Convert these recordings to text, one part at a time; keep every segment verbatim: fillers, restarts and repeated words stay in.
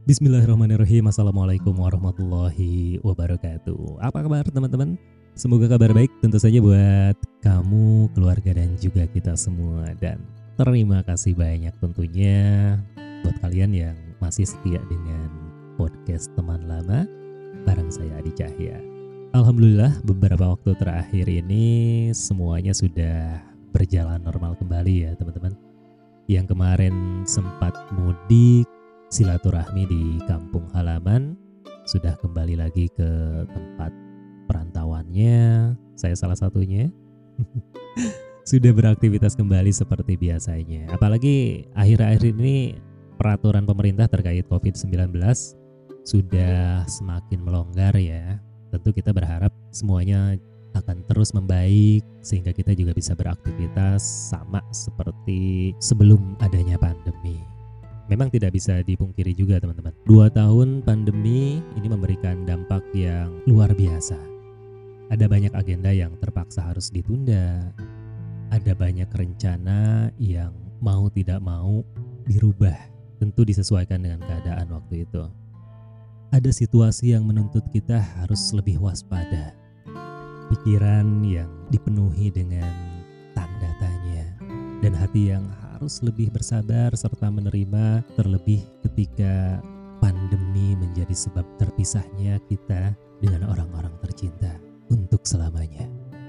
Bismillahirrahmanirrahim. Assalamualaikum warahmatullahi wabarakatuh. Apa kabar teman-teman? Semoga kabar baik tentu saja buat kamu, keluarga dan juga kita semua. Dan terima kasih banyak tentunya buat kalian yang masih setia dengan podcast Teman Lama bareng saya Adi Cahya. Alhamdulillah beberapa waktu terakhir ini semuanya sudah berjalan normal kembali ya teman-teman. Yang kemarin sempat mudik, silaturahmi di kampung halaman, sudah kembali lagi ke tempat perantauannya. Saya salah satunya sudah beraktivitas kembali seperti biasanya. Apalagi akhir-akhir ini peraturan pemerintah terkait covid sembilan belas sudah semakin melonggar ya. Tentu kita berharap semuanya akan terus membaik sehingga kita juga bisa beraktivitas sama seperti sebelum adanya pandemi. Memang tidak bisa dipungkiri juga teman-teman, dua tahun pandemi ini memberikan dampak yang luar biasa. Ada banyak agenda yang terpaksa harus ditunda, ada banyak rencana yang mau tidak mau dirubah, tentu disesuaikan dengan keadaan waktu itu. Ada situasi yang menuntut kita harus lebih waspada, pikiran yang dipenuhi dengan tanda tanya, dan hati yang harus lebih bersabar serta menerima, terlebih ketika pandemi menjadi sebab terpisahnya kita dengan orang-orang tercinta untuk selamanya.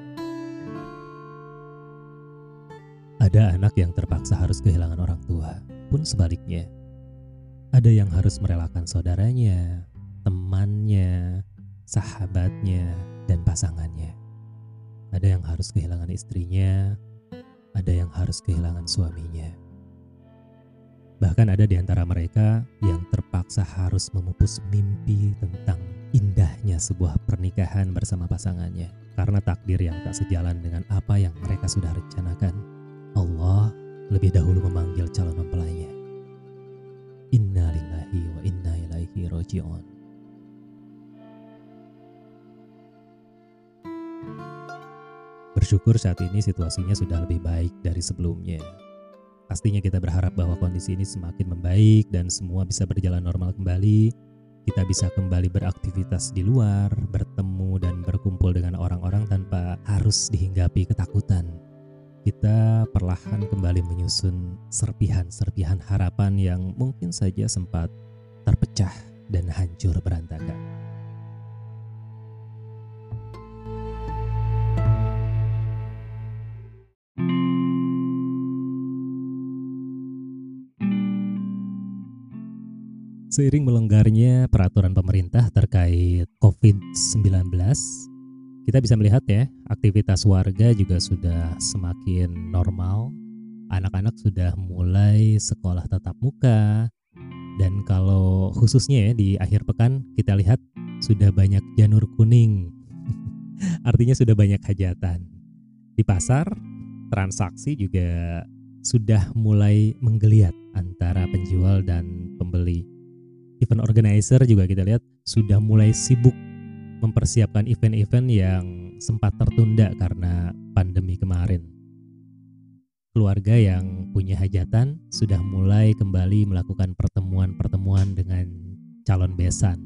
Ada anak yang terpaksa harus kehilangan orang tua, pun sebaliknya. Ada yang harus merelakan saudaranya, temannya, sahabatnya, dan pasangannya. Ada yang harus kehilangan istrinya, ada yang harus kehilangan suaminya. Bahkan ada di antara mereka yang terpaksa harus memupus mimpi tentang indahnya sebuah pernikahan bersama pasangannya karena takdir yang tak sejalan dengan apa yang mereka sudah rencanakan. Allah lebih dahulu memanggil calon mempelainya. Inna lillahi wa inna ilaihi raji'un. Bersyukur saat ini situasinya sudah lebih baik dari sebelumnya. Pastinya kita berharap bahwa kondisi ini semakin membaik dan semua bisa berjalan normal kembali. Kita bisa kembali beraktivitas di luar, bertemu dan berkumpul dengan orang-orang tanpa harus dihinggapi ketakutan. Kita perlahan kembali menyusun serpihan-serpihan harapan yang mungkin saja sempat terpecah dan hancur berantakan. Seiring melonggarnya peraturan pemerintah terkait covid sembilan belas, kita bisa melihat ya, aktivitas warga juga sudah semakin normal. Anak-anak sudah mulai sekolah tatap muka, dan kalau khususnya ya di akhir pekan kita lihat sudah banyak janur kuning. Artinya sudah banyak hajatan. Di pasar, transaksi juga sudah mulai menggeliat antara penjual dan pembeli. Event organizer juga kita lihat sudah mulai sibuk mempersiapkan event-event yang sempat tertunda karena pandemi kemarin. Keluarga yang punya hajatan sudah mulai kembali melakukan pertemuan-pertemuan dengan calon besan.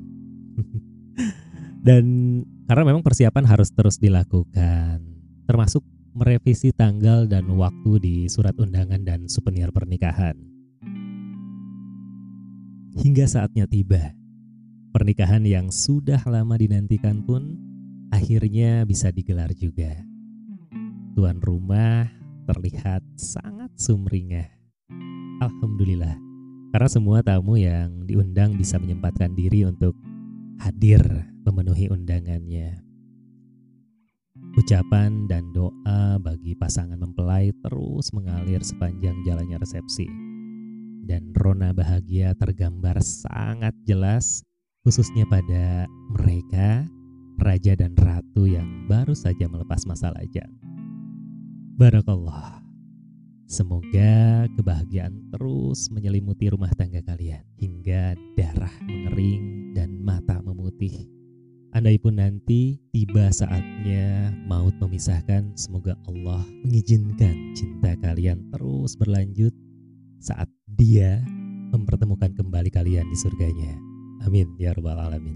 Dan karena memang persiapan harus terus dilakukan, termasuk merevisi tanggal dan waktu di surat undangan dan souvenir pernikahan. Hingga saatnya tiba, pernikahan yang sudah lama dinantikan pun akhirnya bisa digelar juga. Tuan rumah terlihat sangat sumringah. Alhamdulillah, karena semua tamu yang diundang bisa menyempatkan diri untuk hadir memenuhi undangannya. Ucapan dan doa bagi pasangan mempelai terus mengalir sepanjang jalannya resepsi. Dan rona bahagia tergambar sangat jelas, khususnya pada mereka, raja dan ratu yang baru saja melepas masa lajang. Barakallah. Semoga kebahagiaan terus menyelimuti rumah tangga kalian hingga darah mengering dan mata memutih. Andaipun nanti tiba saatnya maut memisahkan, semoga Allah mengizinkan cinta kalian terus berlanjut saat Dia mempertemukan kembali kalian di surganya. Amin ya rabbal alamin.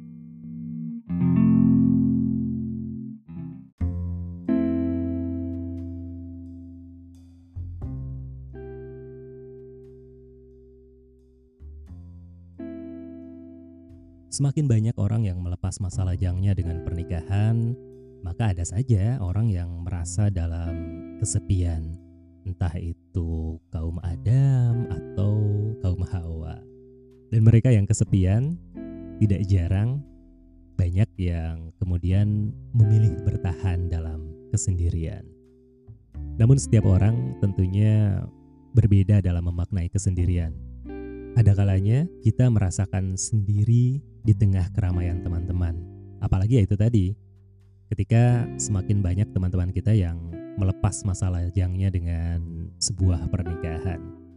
Semakin banyak orang yang melepas masa lajangnya dengan pernikahan, maka ada saja orang yang merasa dalam kesepian, entah itu kaum Adam atau kaum Hawa. Dan mereka yang kesepian tidak jarang banyak yang kemudian memilih bertahan dalam kesendirian. Namun setiap orang tentunya berbeda dalam memaknai kesendirian. Ada kalanya kita merasakan sendiri di tengah keramaian teman-teman. Apalagi ya itu tadi, ketika semakin banyak teman-teman kita yang melepas masa lajangnya dengan sebuah pernikahan.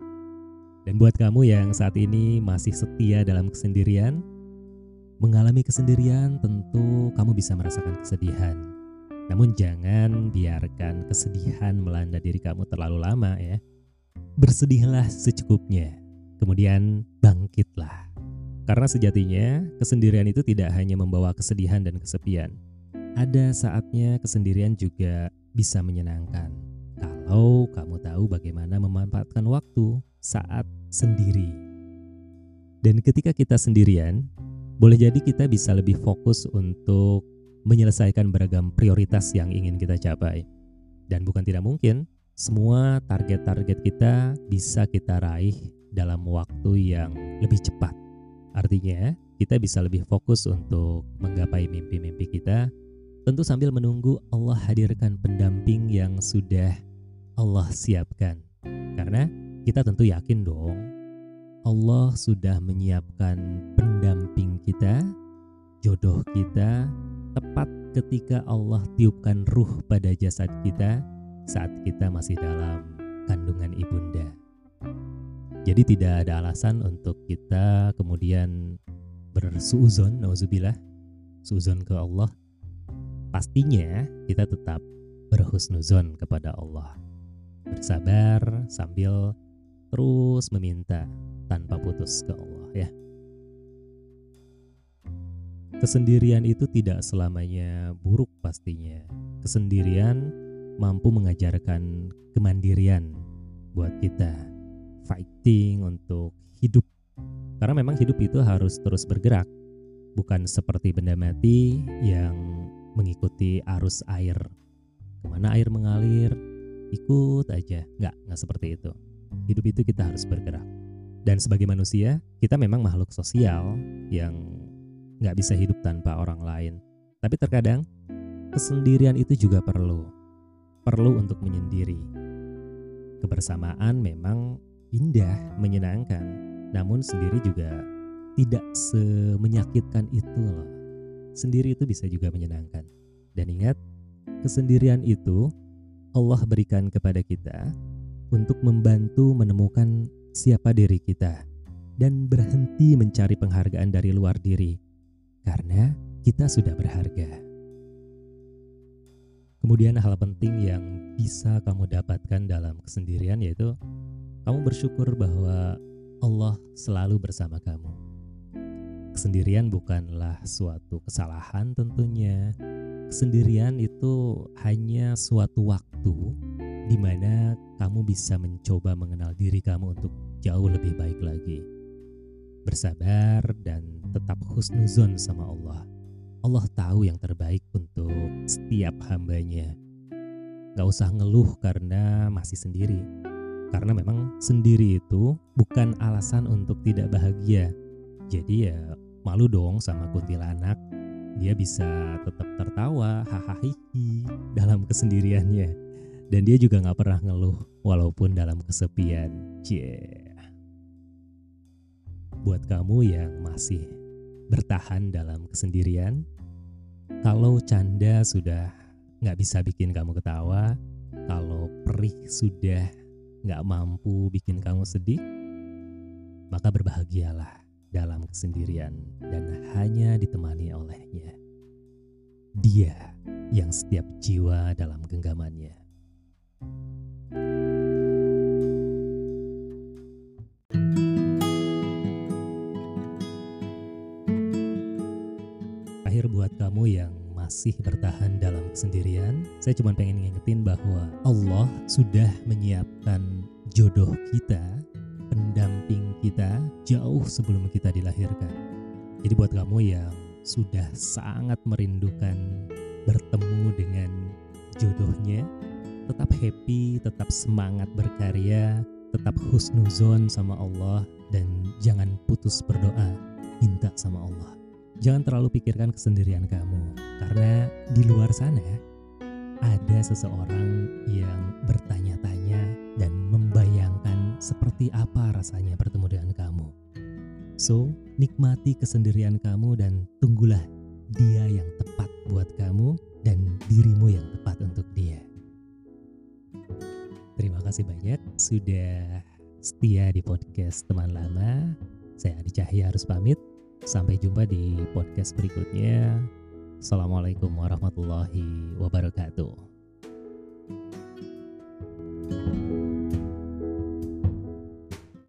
Dan buat kamu yang saat ini masih setia dalam kesendirian, mengalami kesendirian tentu kamu bisa merasakan kesedihan. Namun jangan biarkan kesedihan melanda diri kamu terlalu lama ya. Bersedihlah secukupnya, kemudian bangkitlah. Karena sejatinya kesendirian itu tidak hanya membawa kesedihan dan kesepian. Ada saatnya kesendirian juga bisa menyenangkan kalau kamu tahu bagaimana memanfaatkan waktu saat sendiri. Dan ketika kita sendirian, boleh jadi kita bisa lebih fokus untuk menyelesaikan beragam prioritas yang ingin kita capai. Dan bukan tidak mungkin, semua target-target kita bisa kita raih dalam waktu yang lebih cepat. Artinya, kita bisa lebih fokus untuk menggapai mimpi-mimpi kita, tentu sambil menunggu Allah hadirkan pendamping yang sudah Allah siapkan. Karena kita tentu yakin dong, Allah sudah menyiapkan pendamping kita, jodoh kita, tepat ketika Allah tiupkan ruh pada jasad kita saat kita masih dalam kandungan ibunda. Jadi tidak ada alasan untuk kita kemudian bersuuzon, nauzubillah, suuzon ke Allah. Pastinya kita tetap berhusnuzon kepada Allah. Bersabar sambil terus meminta tanpa putus ke Allah ya. Kesendirian itu tidak selamanya buruk pastinya. Kesendirian mampu mengajarkan kemandirian buat kita. Fighting untuk hidup. Karena memang hidup itu harus terus bergerak. Bukan seperti benda mati yang mengikuti arus air. Kemana air mengalir, ikut aja. Nggak, nggak seperti itu. Hidup itu kita harus bergerak. Dan sebagai manusia, kita memang makhluk sosial yang nggak bisa hidup tanpa orang lain. Tapi terkadang, kesendirian itu juga perlu. Perlu untuk menyendiri. Kebersamaan memang indah, menyenangkan, namun sendiri juga tidak semenyakitkan itu loh. Sendiri itu bisa juga menyenangkan. Dan ingat, kesendirian itu Allah berikan kepada kita untuk membantu menemukan siapa diri kita dan berhenti mencari penghargaan dari luar diri, karena kita sudah berharga. Kemudian hal penting yang bisa kamu dapatkan dalam kesendirian yaitu kamu bersyukur bahwa Allah selalu bersama kamu. Kesendirian bukanlah suatu kesalahan tentunya. Kesendirian itu hanya suatu waktu di mana kamu bisa mencoba mengenal diri kamu untuk jauh lebih baik lagi. Bersabar dan tetap husnuzon sama Allah. Allah tahu yang terbaik untuk setiap hambanya. Gak usah ngeluh karena masih sendiri. Karena memang sendiri itu bukan alasan untuk tidak bahagia. Jadi ya malu dong sama kuntilanak. Dia bisa tetap tertawa, hahaha dalam kesendiriannya. Dan dia juga gak pernah ngeluh walaupun dalam kesepian. Yeah. Buat kamu yang masih bertahan dalam kesendirian, kalau canda sudah gak bisa bikin kamu ketawa, kalau perih sudah gak mampu bikin kamu sedih, maka berbahagialah dalam kesendirian dan hanya ditemani olehnya. Dia yang setiap jiwa dalam genggamannya. kamu yang masih bertahan dalam kesendirian, saya cuma pengen ngingetin bahwa Allah sudah menyiapkan jodoh kita, pendamping kita jauh sebelum kita dilahirkan. Jadi buat kamu yang sudah sangat merindukan bertemu dengan jodohnya, tetap happy, tetap semangat berkarya, tetap husnuzon sama Allah, dan jangan putus berdoa, minta sama Allah. Jangan terlalu pikirkan kesendirian kamu, karena di luar sana ada seseorang yang bertanya-tanya dan membayangkan seperti apa rasanya bertemu dengan kamu. So, nikmati kesendirian kamu dan tunggulah dia yang tepat buat kamu dan dirimu yang tepat untuk dia. Terima kasih banyak sudah setia di podcast Teman Lama. Saya Adi Cahya harus pamit. Sampai jumpa di podcast berikutnya. Assalamualaikum warahmatullahi wabarakatuh.